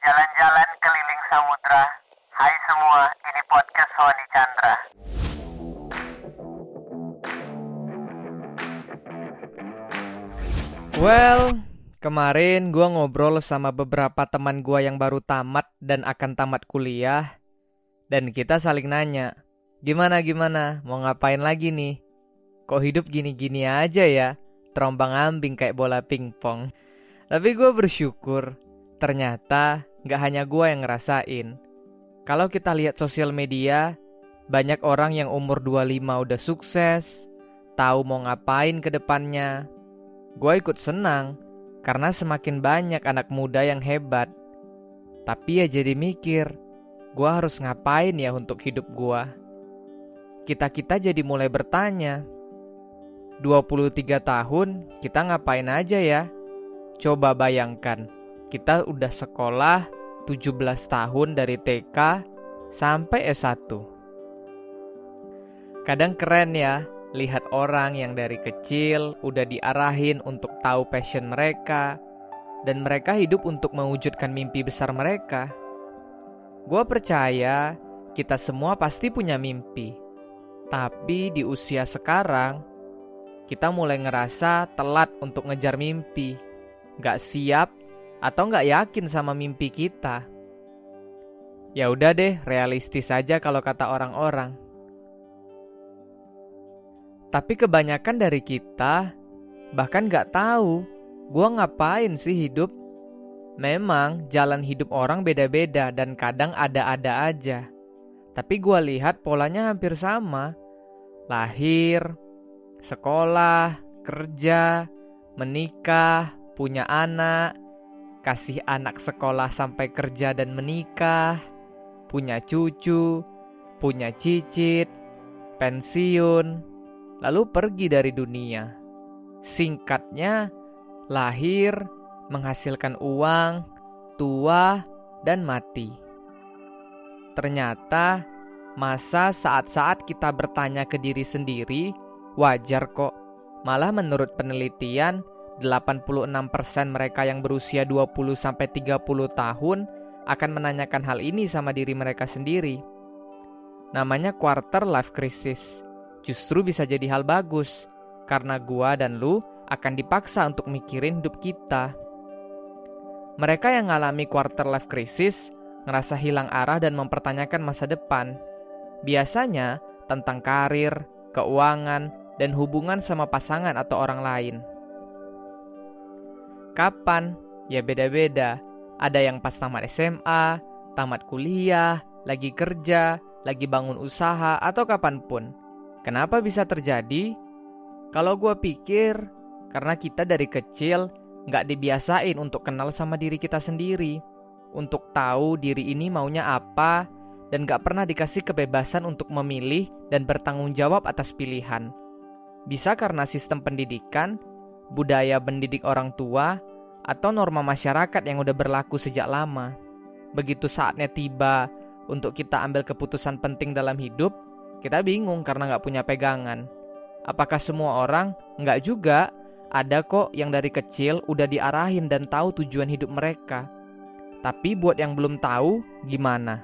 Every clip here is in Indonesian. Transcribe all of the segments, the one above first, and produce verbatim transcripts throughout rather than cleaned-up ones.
Jalan-jalan keliling samudra. Hai semua, ini podcast Sony Chandra. Well, kemarin gua ngobrol sama beberapa teman gua yang baru tamat dan akan tamat kuliah. Dan kita saling nanya, gimana-gimana, mau ngapain lagi nih? Kok hidup gini-gini aja ya? Terombang-ambing kayak bola pingpong. Tapi gua bersyukur, ternyata gak hanya gua yang ngerasain. Kalau kita lihat sosial media, banyak orang yang umur dua puluh lima udah sukses, tahu mau ngapain ke depannya. Gua ikut senang, karena semakin banyak anak muda yang hebat. Tapi ya jadi mikir, gua harus ngapain ya untuk hidup gua? Kita-kita jadi mulai bertanya, dua puluh tiga tahun kita ngapain aja ya? Coba bayangkan, kita udah sekolah tujuh belas tahun dari T K sampai S satu. Kadang keren ya, lihat orang yang dari kecil udah diarahin untuk tahu passion mereka, dan mereka hidup untuk mewujudkan mimpi besar mereka. Gua percaya kita semua pasti punya mimpi. Tapi di usia sekarang, kita mulai ngerasa telat untuk ngejar mimpi, gak siap atau gak yakin sama mimpi kita. Ya udah deh, realistis aja kalau kata orang-orang. Tapi kebanyakan dari kita bahkan gak tahu gua ngapain sih hidup. Memang jalan hidup orang beda-beda dan kadang ada-ada aja. Tapi gua lihat polanya hampir sama. Lahir, sekolah, kerja, menikah, punya anak, kasih anak sekolah sampai kerja dan menikah, punya cucu, punya cicit, pensiun, lalu pergi dari dunia. Singkatnya, lahir, menghasilkan uang, tua, dan mati. Ternyata, masa saat-saat kita bertanya ke diri sendiri, wajar kok. Malah menurut penelitian, delapan puluh enam persen mereka yang berusia dua puluh sampai tiga puluh tahun akan menanyakan hal ini sama diri mereka sendiri. Namanya quarter life crisis. Justru bisa jadi hal bagus, karena gua dan lu akan dipaksa untuk mikirin hidup kita. Mereka yang ngalami quarter life crisis ngerasa hilang arah dan mempertanyakan masa depan. Biasanya tentang karir, keuangan, dan hubungan sama pasangan atau orang lain. Kapan? Ya beda-beda. Ada yang pas tamat S M A, tamat kuliah, lagi kerja, lagi bangun usaha, atau kapanpun. Kenapa bisa terjadi? Kalau gue pikir, karena kita dari kecil gak dibiasain untuk kenal sama diri kita sendiri, untuk tahu diri ini maunya apa, dan gak pernah dikasih kebebasan untuk memilih dan bertanggung jawab atas pilihan. Bisa karena sistem pendidikan, budaya mendidik orang tua, atau norma masyarakat yang udah berlaku sejak lama. Begitu saatnya tiba untuk kita ambil keputusan penting dalam hidup, kita bingung karena gak punya pegangan. Apakah semua orang? Nggak juga. Ada kok yang dari kecil udah diarahin dan tahu tujuan hidup mereka. Tapi buat yang belum tahu, gimana?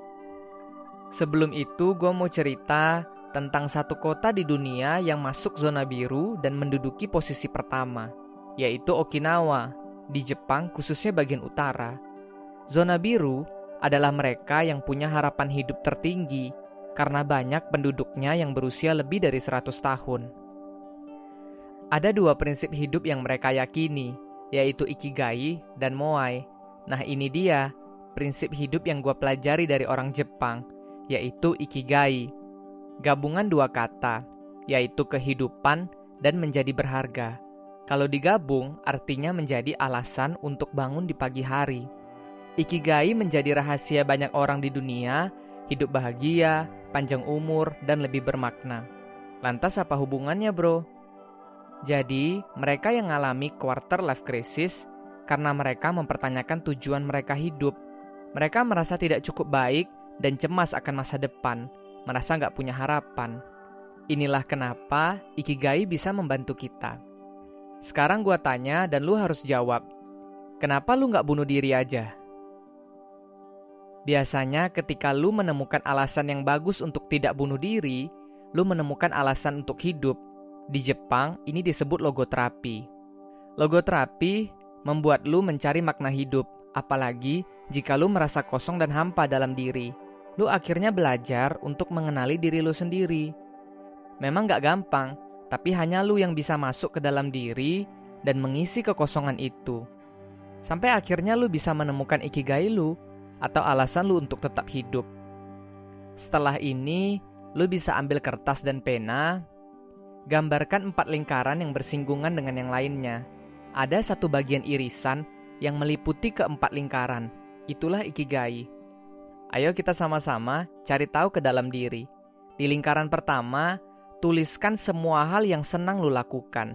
Sebelum itu gue mau cerita tentang satu kota di dunia yang masuk zona biru dan menduduki posisi pertama, yaitu Okinawa, di Jepang khususnya bagian utara. Zona biru adalah mereka yang punya harapan hidup tertinggi, karena banyak penduduknya yang berusia lebih dari seratus tahun. Ada dua prinsip hidup yang mereka yakini, yaitu Ikigai dan Moai. Nah ini dia, prinsip hidup yang gue pelajari dari orang Jepang, yaitu Ikigai. Gabungan dua kata, yaitu kehidupan dan menjadi berharga. Kalau digabung, artinya menjadi alasan untuk bangun di pagi hari. Ikigai menjadi rahasia banyak orang di dunia, hidup bahagia, panjang umur, dan lebih bermakna. Lantas apa hubungannya bro? Jadi, mereka yang ngalami quarter life crisis karena mereka mempertanyakan tujuan mereka hidup. Mereka merasa tidak cukup baik dan cemas akan masa depan, merasa gak punya harapan. Inilah kenapa Ikigai bisa membantu kita. Sekarang gua tanya dan lu harus jawab. Kenapa lu gak bunuh diri aja? Biasanya ketika lu menemukan alasan yang bagus untuk tidak bunuh diri, lu menemukan alasan untuk hidup. Di Jepang, ini disebut logoterapi. Logoterapi membuat lu mencari makna hidup, apalagi jika lu merasa kosong dan hampa dalam diri. Lu akhirnya belajar untuk mengenali diri lu sendiri. Memang gak gampang, tapi hanya lu yang bisa masuk ke dalam diri dan mengisi kekosongan itu. Sampai akhirnya lu bisa menemukan ikigai lu, atau alasan lu untuk tetap hidup. Setelah ini, lu bisa ambil kertas dan pena, gambarkan empat lingkaran yang bersinggungan dengan yang lainnya. Ada satu bagian irisan yang meliputi keempat lingkaran. Itulah ikigai. Ayo kita sama-sama cari tahu ke dalam diri. Di lingkaran pertama, tuliskan semua hal yang senang lu lakukan.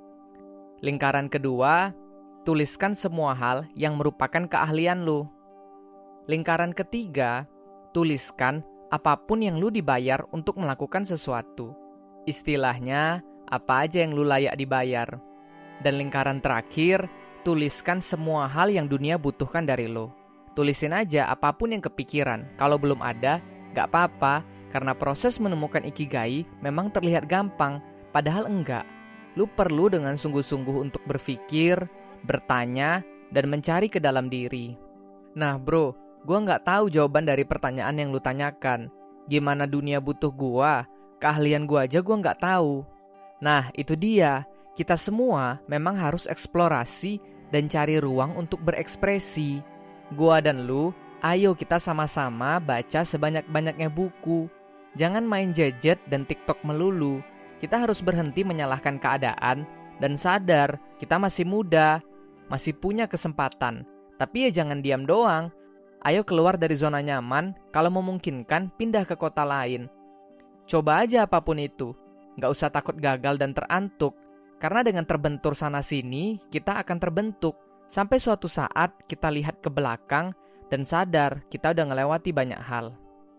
Lingkaran kedua, tuliskan semua hal yang merupakan keahlian lu. Lingkaran ketiga, tuliskan apapun yang lu dibayar untuk melakukan sesuatu. Istilahnya, apa aja yang lu layak dibayar. Dan lingkaran terakhir, tuliskan semua hal yang dunia butuhkan dari lu. Tulisin aja apapun yang kepikiran. Kalau belum ada, gak apa-apa, karena proses menemukan ikigai memang terlihat gampang, padahal enggak. Lu perlu dengan sungguh-sungguh untuk berpikir, bertanya, dan mencari ke dalam diri. Nah bro, gua nggak tahu jawaban dari pertanyaan yang lu tanyakan. Gimana dunia butuh gua? Keahlian gua aja gua nggak tahu. Nah, itu dia. Kita semua memang harus eksplorasi dan cari ruang untuk berekspresi. Gua dan lu, ayo kita sama-sama baca sebanyak-banyaknya buku. Jangan main gadget dan TikTok melulu. Kita harus berhenti menyalahkan keadaan dan sadar kita masih muda, masih punya kesempatan. Tapi ya jangan diam doang. Ayo keluar dari zona nyaman, kalau memungkinkan pindah ke kota lain. Coba aja apapun itu, gak usah takut gagal dan terantuk. Karena dengan terbentur sana-sini, kita akan terbentuk. Sampai suatu saat kita lihat ke belakang dan sadar kita udah ngelewati banyak hal.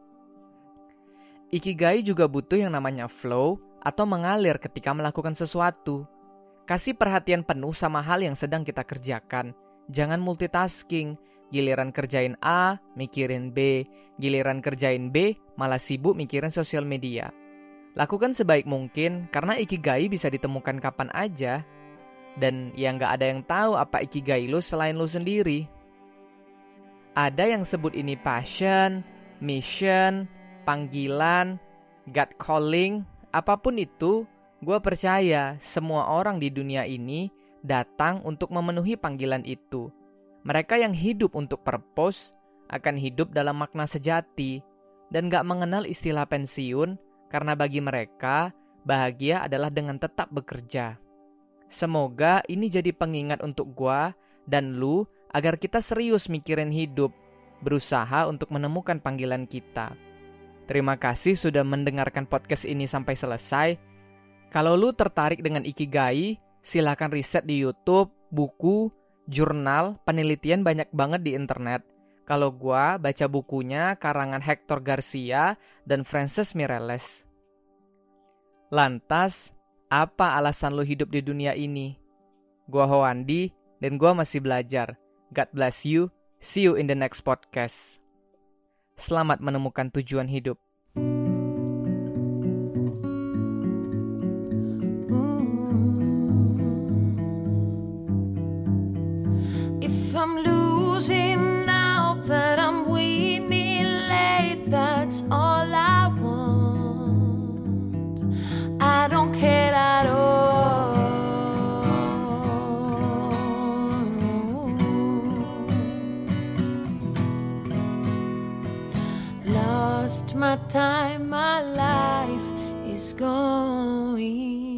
Ikigai juga butuh yang namanya flow atau mengalir ketika melakukan sesuatu. Kasih perhatian penuh sama hal yang sedang kita kerjakan. Jangan multitasking. Giliran kerjain A, mikirin B. Giliran kerjain B, malah sibuk mikirin sosial media. Lakukan sebaik mungkin, karena ikigai bisa ditemukan kapan aja. Dan ya nggak ada yang tahu apa ikigai lu selain lu sendiri. Ada yang sebut ini passion, mission, panggilan, God calling, apapun itu, gue percaya semua orang di dunia ini datang untuk memenuhi panggilan itu. Mereka yang hidup untuk purpose akan hidup dalam makna sejati dan gak mengenal istilah pensiun karena bagi mereka bahagia adalah dengan tetap bekerja. Semoga ini jadi pengingat untuk gua dan lu agar kita serius mikirin hidup, berusaha untuk menemukan panggilan kita. Terima kasih sudah mendengarkan podcast ini sampai selesai. Kalau lu tertarik dengan ikigai, silakan riset di YouTube, buku, jurnal, penelitian banyak banget di internet. Kalau gua baca bukunya karangan Hector Garcia dan Frances Mireles. Lantas, apa alasan lu hidup di dunia ini? Gua Hoandi dan gua masih belajar. God bless you. See you in the next podcast. Selamat menemukan tujuan hidup. I'm losing now, but I'm winning late. That's all I want. I don't care at all. Lost my time, my life is going.